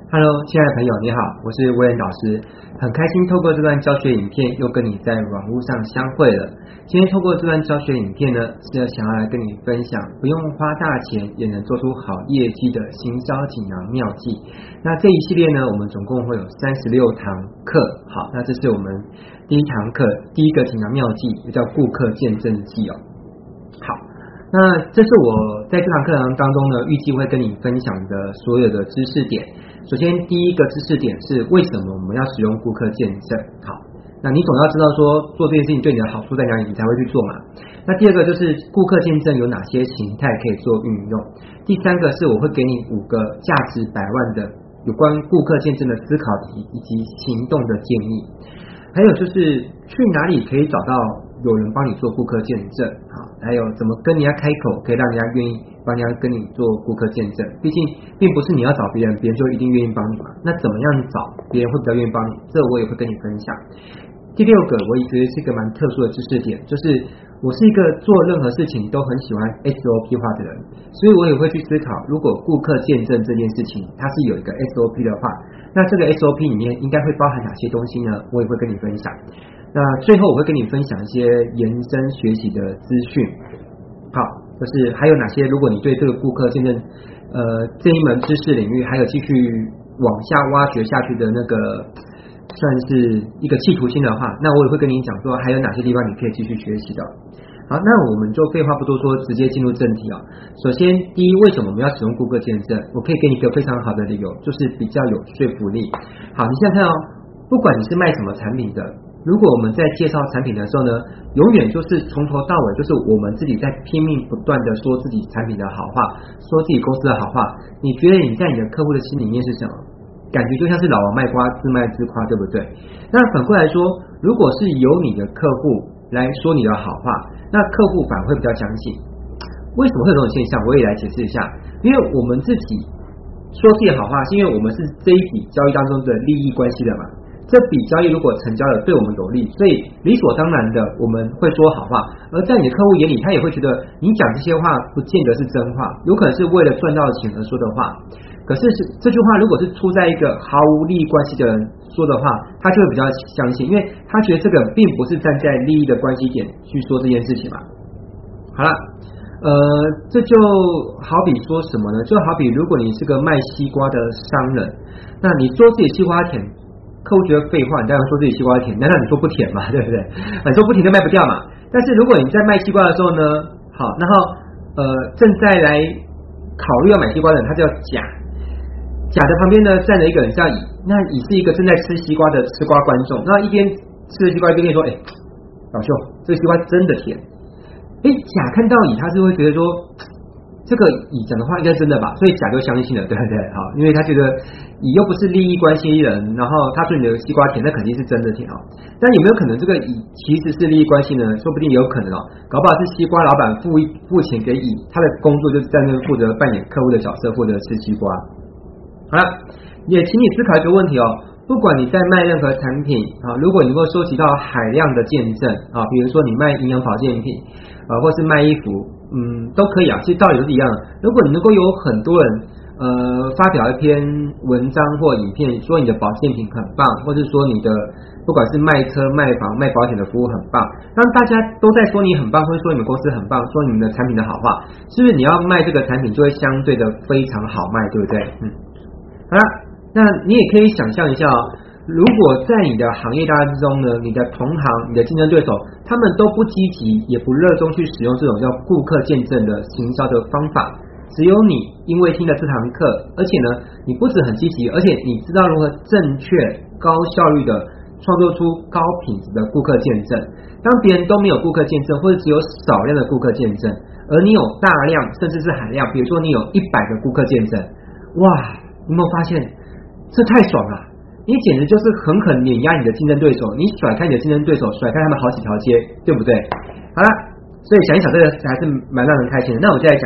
Hello，亲爱的朋友，你好，我是威廉导师，很开心透过这段教学影片又跟你在网络上相会了。今天透过这段教学影片呢，是想要来跟你分享不用花大钱也能做出好业绩的行销锦囊妙计。那这一系列呢，我们总共会有36堂课。好，那这是我们第一堂课，第一个锦囊妙计，也叫顾客见证计哦。好。那这是我在这堂课堂当中呢，预计会跟你分享的所有的知识点。首先，第一个知识点是为什么我们要使用顾客见证？好，那你总要知道说做这件事情对你的好处在哪里，你才会去做嘛。那第二个就是顾客见证有哪些形态可以做运用。第三个是我会给你5个价值100万的有关顾客见证的思考题以及行动的建议。还有就是去哪里可以找到有人帮你做顾客见证，好，还有怎么跟人家开口可以让人家愿意帮人家跟你做顾客见证。毕竟并不是你要找别人，别人就一定愿意帮你嘛。那怎么样找别人会比较愿意帮你，这我也会跟你分享。第6个我也觉得是一个蛮特殊的知识点，就是我是一个做任何事情都很喜欢 SOP 化的人，所以我也会去思考，如果顾客见证这件事情它是有一个 SOP 的话，那这个 SOP 里面应该会包含哪些东西呢？我也会跟你分享。那最后我会跟你分享一些延伸学习的资讯。好，就是还有哪些，如果你对这个顾客见证这一门知识领域还有继续往下挖掘下去的那个算是一个企图心的话，那我也会跟你讲说还有哪些地方你可以继续学习的。好，那我们就废话不多说，直接进入正题哦。首先，第一，为什么我们要使用顾客见证？我可以给你一个非常好的理由，就是比较有说服力。好，你想想看哦，不管你是卖什么产品的，如果我们在介绍产品的时候呢，永远就是从头到尾就是我们自己在拼命不断的说自己产品的好话，说自己公司的好话，你觉得你在你的客户的心里面是什么？感觉就像是老王卖瓜自卖自夸，对不对？那反过来说，如果是由你的客户来说你的好话，那客户反而会比较相信。为什么会有这种现象？我也来解释一下。因为我们自己说自己的好话，是因为我们是这一笔交易当中的利益关系的嘛。这笔交易如果成交了，对我们有利，所以理所当然的我们会说好话。而在你的客户眼里，他也会觉得你讲这些话不见得是真话，有可能是为了赚到钱而说的话。可是这句话如果是出在一个毫无利益关系的人说的话，他就会比较相信，因为他觉得这个并不是站在利益的关系点去说这件事情嘛。好了，这就好比说什么呢？就好比如果你是个卖西瓜的商人，那你说自己西瓜甜，客户觉得废话，你当然说自己西瓜甜，难道你说不甜嘛？对不对？你说不甜就卖不掉嘛。但是如果你在卖西瓜的时候呢，好，然后正在来考虑要买西瓜的人，他叫甲。甲的旁边呢站了一个人叫乙，那乙是一个正在吃西瓜的吃瓜观众，那一边吃着西瓜一边跟你说，老兄，这个西瓜真的甜。甲看到乙，他是会觉得说这个乙讲的话应该真的吧，所以甲就相信了，对不对？好，因为他觉得乙又不是利益关系人，然后他说你的西瓜甜，那肯定是真的甜哦。但有没有可能这个乙其实是利益关系呢？说不定也有可能哦，搞不好是西瓜老板付钱给乙，他的工作就是在那负责扮演客户的角色，负责吃西瓜。好了，也请你思考一个问题哦，不管你在卖任何产品啊，如果你能够收集到海量的见证啊，比如说你卖营养保健品或是卖衣服，都可以啊，其实道理都是一样的。如果你能够有很多人发表一篇文章或影片，说你的保健品很棒，或是说你的不管是卖车、卖房、卖保险的服务很棒，让大家都在说你很棒，或者说你们公司很棒，说你们的产品的好话，是不是你要卖这个产品就会相对的非常好卖，对不对？好了，那你也可以想象一下哦，如果在你的行业当中呢，你的同行、你的竞争对手，他们都不积极，也不热衷去使用这种叫顾客见证的行销的方法，只有你因为听了这堂课，而且呢，你不止很积极，而且你知道如何正确、高效率的创作出高品质的顾客见证。当别人都没有顾客见证，或者只有少量的顾客见证，而你有大量甚至是海量，比如说你有100个顾客见证，哇！你有没有发现这太爽了？你简直就是狠狠碾压你的竞争对手，你甩开你的竞争对手，甩开他们好几条街，对不对？好了，所以想一想这个还是蛮让人开心的。那我们再来讲一下，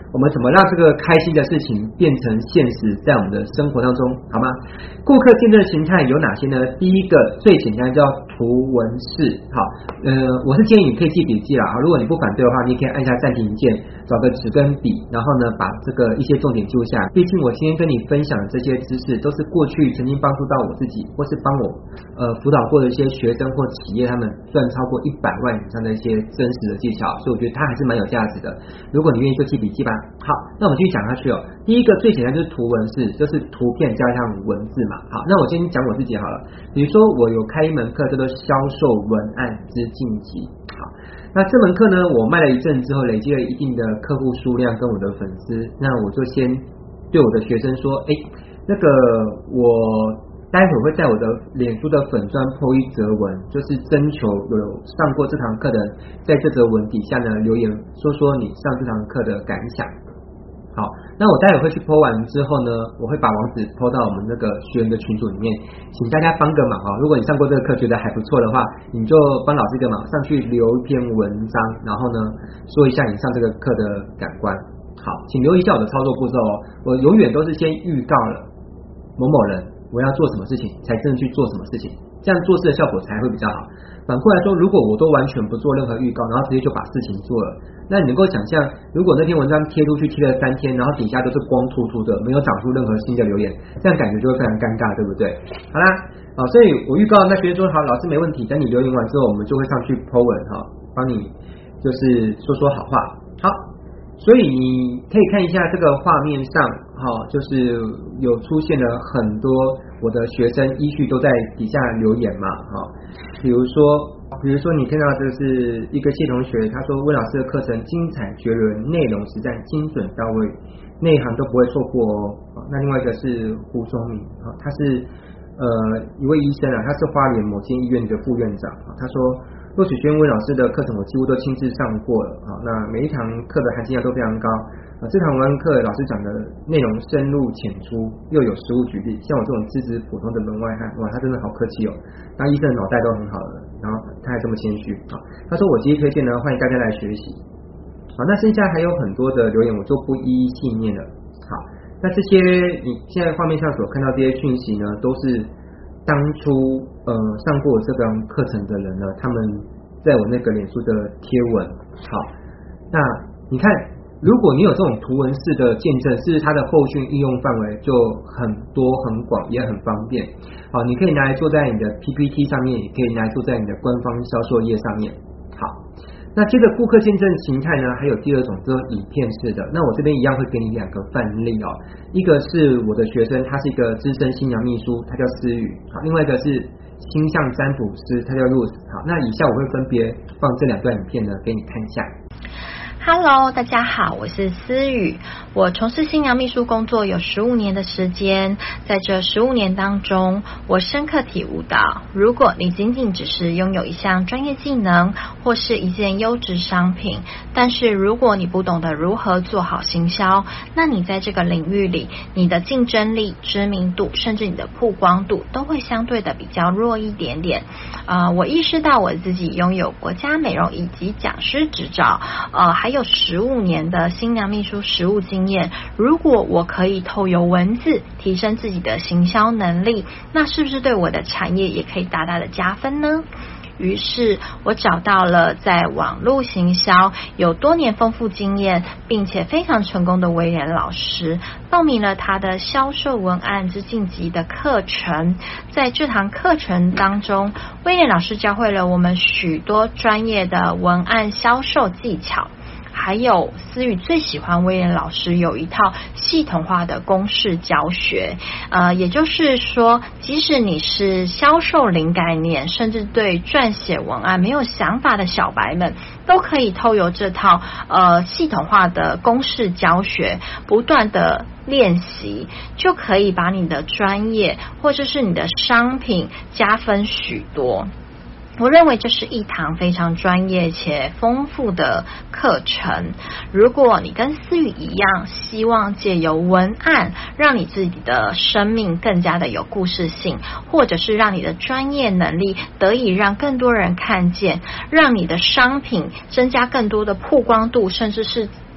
我们怎么让这个开心的事情变成现实，在我们的生活当中，好吗？顾客见证形态有哪些呢？第一个最简单叫图文式，好，我是建议你可以记笔记啦，如果你不反对的话，你也可以按下暂停键，找个纸跟笔，然后呢把这个一些重点记录下来。毕竟我今天跟你分享的这些知识，都是过去曾经帮助到我自己，或是帮我辅导过的一些学生或企业，他们赚超过100万以上的一些真实的技巧，所以我觉得它还是蛮有价值的。如果你愿意就记笔记吧。好，那我们继续讲下去哦。第一个最简单就是图文式，就是图片加上文字嘛。好，那我先讲我自己好了。比如说我有开一门课叫做销售文案之晋级。好，那这门课呢，我卖了一阵之后，累积了一定的客户数量跟我的粉丝，那我就先对我的学生说，那个我待会会在我的脸书的粉专 po 一则文，就是征求有上过这堂课的，在这则文底下呢留言说说你上这堂课的感想。好，那我待会会去 po 完之后呢，我会把网址 po 到我们那个学员的群组里面，请大家帮个忙啊！如果你上过这个课觉得还不错的话，你就帮老师一个忙，上去留一篇文章，然后呢说一下你上这个课的感官。好，请留意一下我的操作步骤哦。我永远都是先预告了某某人我要做什么事情，才真的去做什么事情，这样做事的效果才会比较好。反过来说，如果我都完全不做任何预告，然后直接就把事情做了，那你能够想象，如果那篇文章贴出去贴了3天，然后底下都是光秃秃的，没有长出任何新的留言，这样感觉就会非常尴尬，对不对？好啦，所以我预告，那学生说好，老师没问题，等你留言完之后，我们就会上去 po 文帮你就是说说好话。好，所以你可以看一下这个画面上，就是有出现了很多我的学生依序都在底下留言嘛，比如说你看到这是一个谢同学，他说温老师的课程精彩绝伦，内容实在精准到位，内行都不会错过哦。那另外一个是胡宗明，他是一位医生啊，他是花莲某间医院的副院长，他说若许轩温老师的课程我几乎都亲自上过了，那每一堂课的含金量都非常高。这堂文案课老师讲的内容深入浅出，又有实物举例，像我这种资质普通的门外汉，哇，他真的好客气哦。那医生的脑袋都很好的，然后他还这么谦虚。他说我极力推荐呢，欢迎大家来学习。好，那剩下还有很多的留言，我就不一一细念了。好，那这些你现在画面上所看到这些讯息呢，都是当初上过我这堂课程的人呢，他们在我那个脸书的贴文。好，那你看，如果你有这种图文式的见证，是它的后续应用范围就很多很广，也很方便。好，你可以拿来做在你的 PPT 上面，也可以拿来做在你的官方销售页上面。好，那接着顾客见证形态呢，还有第二种就是影片式的。那我这边一样会给你2个范例哦，一个是我的学生，他是一个资深新娘秘书，他叫思雨。好，另外一个是星象占卜师，他叫 Rose。好，那以下我会分别放这2段影片呢，给你看一下。 Hello， 大家好，我是思雨。我从事新娘秘书工作有15年的时间，在这15年当中，我深刻体悟到，如果你仅仅只是拥有一项专业技能或是一件优质商品，但是如果你不懂得如何做好行销，那你在这个领域里，你的竞争力、知名度，甚至你的曝光度都会相对的比较弱一点点。我意识到我自己拥有国家美容以及讲师执照，还有15年的新娘秘书实务经验，如果我可以透由文字提升自己的行销能力，那是不是对我的产业也可以大大的加分呢？于是我找到了在网络行销有多年丰富经验并且非常成功的威廉老师，报名了他的销售文案之晋级的课程。在这堂课程当中，威廉老师教会了我们许多专业的文案销售技巧，还有思雨最喜欢威廉老师有一套系统化的公式教学，也就是说，即使你是销售零概念，甚至对撰写文案没有想法的小白们，都可以透由这套系统化的公式教学，不断的练习，就可以把你的专业或者是你的商品加分许多。我认为这是一堂非常专业且丰富的课程。如果你跟思雨一样，希望借由文案让你自己的生命更加的有故事性，或者是让你的专业能力得以让更多人看见，让你的商品增加更多的曝光度，甚至是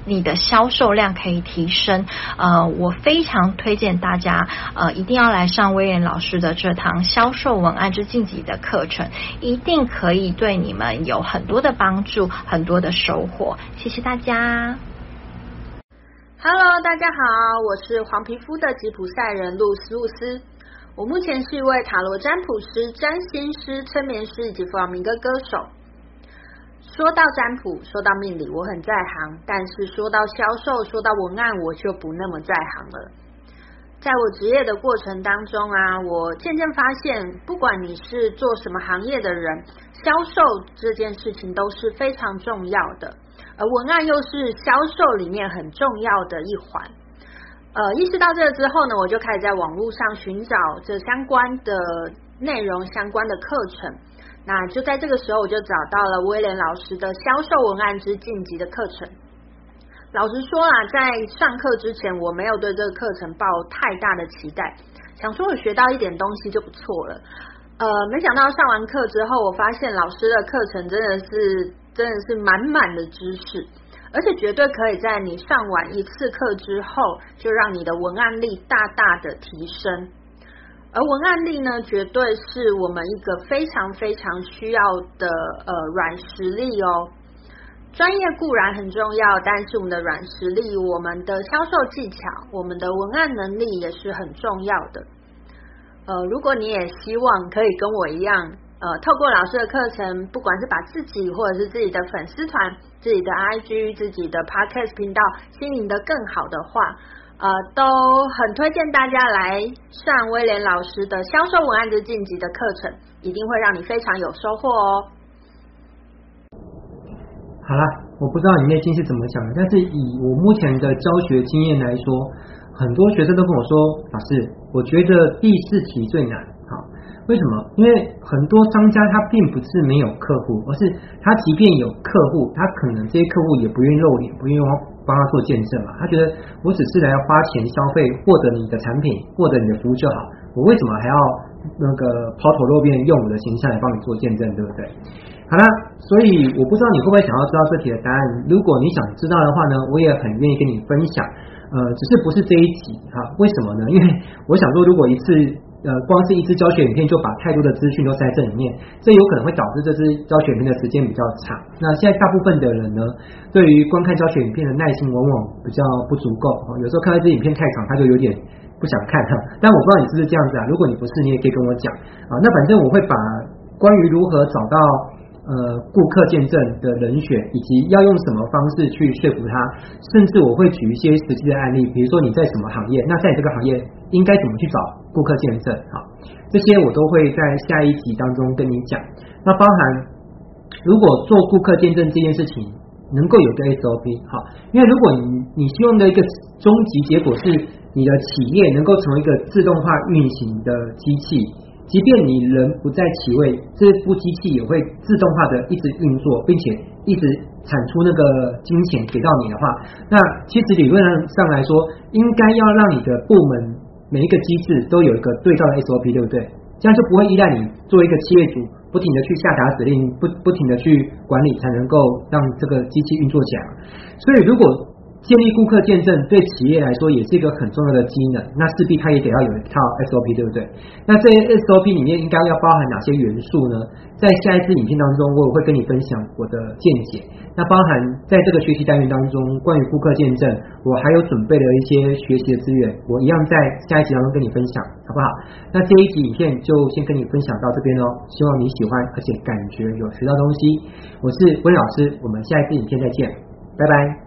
你的销售量可以提升，我非常推荐大家一定要来上威廉老师的这堂销售文案之晋级的课程，一定可以对你们有很多的帮助，很多的收获。谢谢大家。 Hello， 大家好，我是黄皮肤的吉普赛人露丝。我目前是一位塔罗占卜师、占星师、催眠师以及弗朗明哥歌手。说到占卜，说到命理，我很在行，但是说到销售，说到文案，我就不那么在行了。在我职业的过程当中啊，我渐渐发现，不管你是做什么行业的人，销售这件事情都是非常重要的，而文案又是销售里面很重要的一环。意识到这个之后呢，我就开始在网络上寻找这相关的内容、相关的课程。那就在这个时候，我就找到了威廉老师的销售文案之晋级的课程。老实说啦，在上课之前，我没有对这个课程抱太大的期待，想说我学到一点东西就不错了。没想到上完课之后，我发现老师的课程真的是满满的知识，而且绝对可以在你上完一次课之后，就让你的文案力大大的提升。而文案力呢，绝对是我们一个非常非常需要的软实力哦。专业固然很重要，但是我们的软实力、我们的销售技巧、我们的文案能力也是很重要的。如果你也希望可以跟我一样，透过老师的课程，不管是把自己或者是自己的粉丝团、自己的 IG、自己的 Podcast 频道经营得更好的话，都很推荐大家来上威廉老师的销售文案之晋级的课程，一定会让你非常有收获哦。 好啦，我不知道你内心是怎么想的，但是以我目前的教学经验来说，很多学生都跟我说，老师，我觉得第4题最难。好，为什么？因为很多商家他并不是没有客户，而是他即便有客户，他可能这些客户也不愿意露脸，不愿意帮他做见证嘛。他觉得我只是来花钱消费，获得你的产品，获得你的服务就好，我为什么还要那个抛头露面，用我的形象来帮你做见证，对不对？好了，所以我不知道你会不会想要知道这题的答案。如果你想知道的话呢，我也很愿意跟你分享。只是不是这一集哈？为什么呢？因为我想说，如果光是一支教学影片就把太多的资讯都塞在这里面，这有可能会导致这支教学影片的时间比较长。那现在大部分的人呢，对于观看教学影片的耐心往往比较不足够，有时候看到这支影片太长，他就有点不想看哈。但我不知道你是不是这样子啊？如果你不是，你也可以跟我讲啊。那反正我会把关于如何找到顾客见证的人选，以及要用什么方式去说服他，甚至我会举一些实际的案例，比如说你在什么行业，那在你这个行业应该怎么去找顾客见证，好，这些我都会在下一集当中跟你讲。那包含如果做顾客见证这件事情能够有个 SOP， 好，因为如果你希望的一个终极结果是你的企业能够成为一个自动化运行的机器，即便你人不在其位，这部机器也会自动化的一直运作，并且一直产出那个金钱给到你的话，那其实理论上来说，应该要让你的部门每一个机制都有一个对照的 SOP， 对不对？这样就不会依赖你作为一个企业主不停的去下达指令，不停的去管理，才能够让这个机器运作起来。所以如果建立顾客见证对企业来说也是一个很重要的机能，那势必它也得要有一套 SOP， 对不对？那这些 SOP 里面应该要包含哪些元素呢？在下一支影片当中，我也会跟你分享我的见解。那包含在这个学习单元当中，关于顾客见证，我还有准备了一些学习的资源，我一样在下一集当中跟你分享，好不好？那这一集影片就先跟你分享到这边哦，希望你喜欢，而且感觉有学到东西。我是温老师，我们下一支影片再见，拜拜。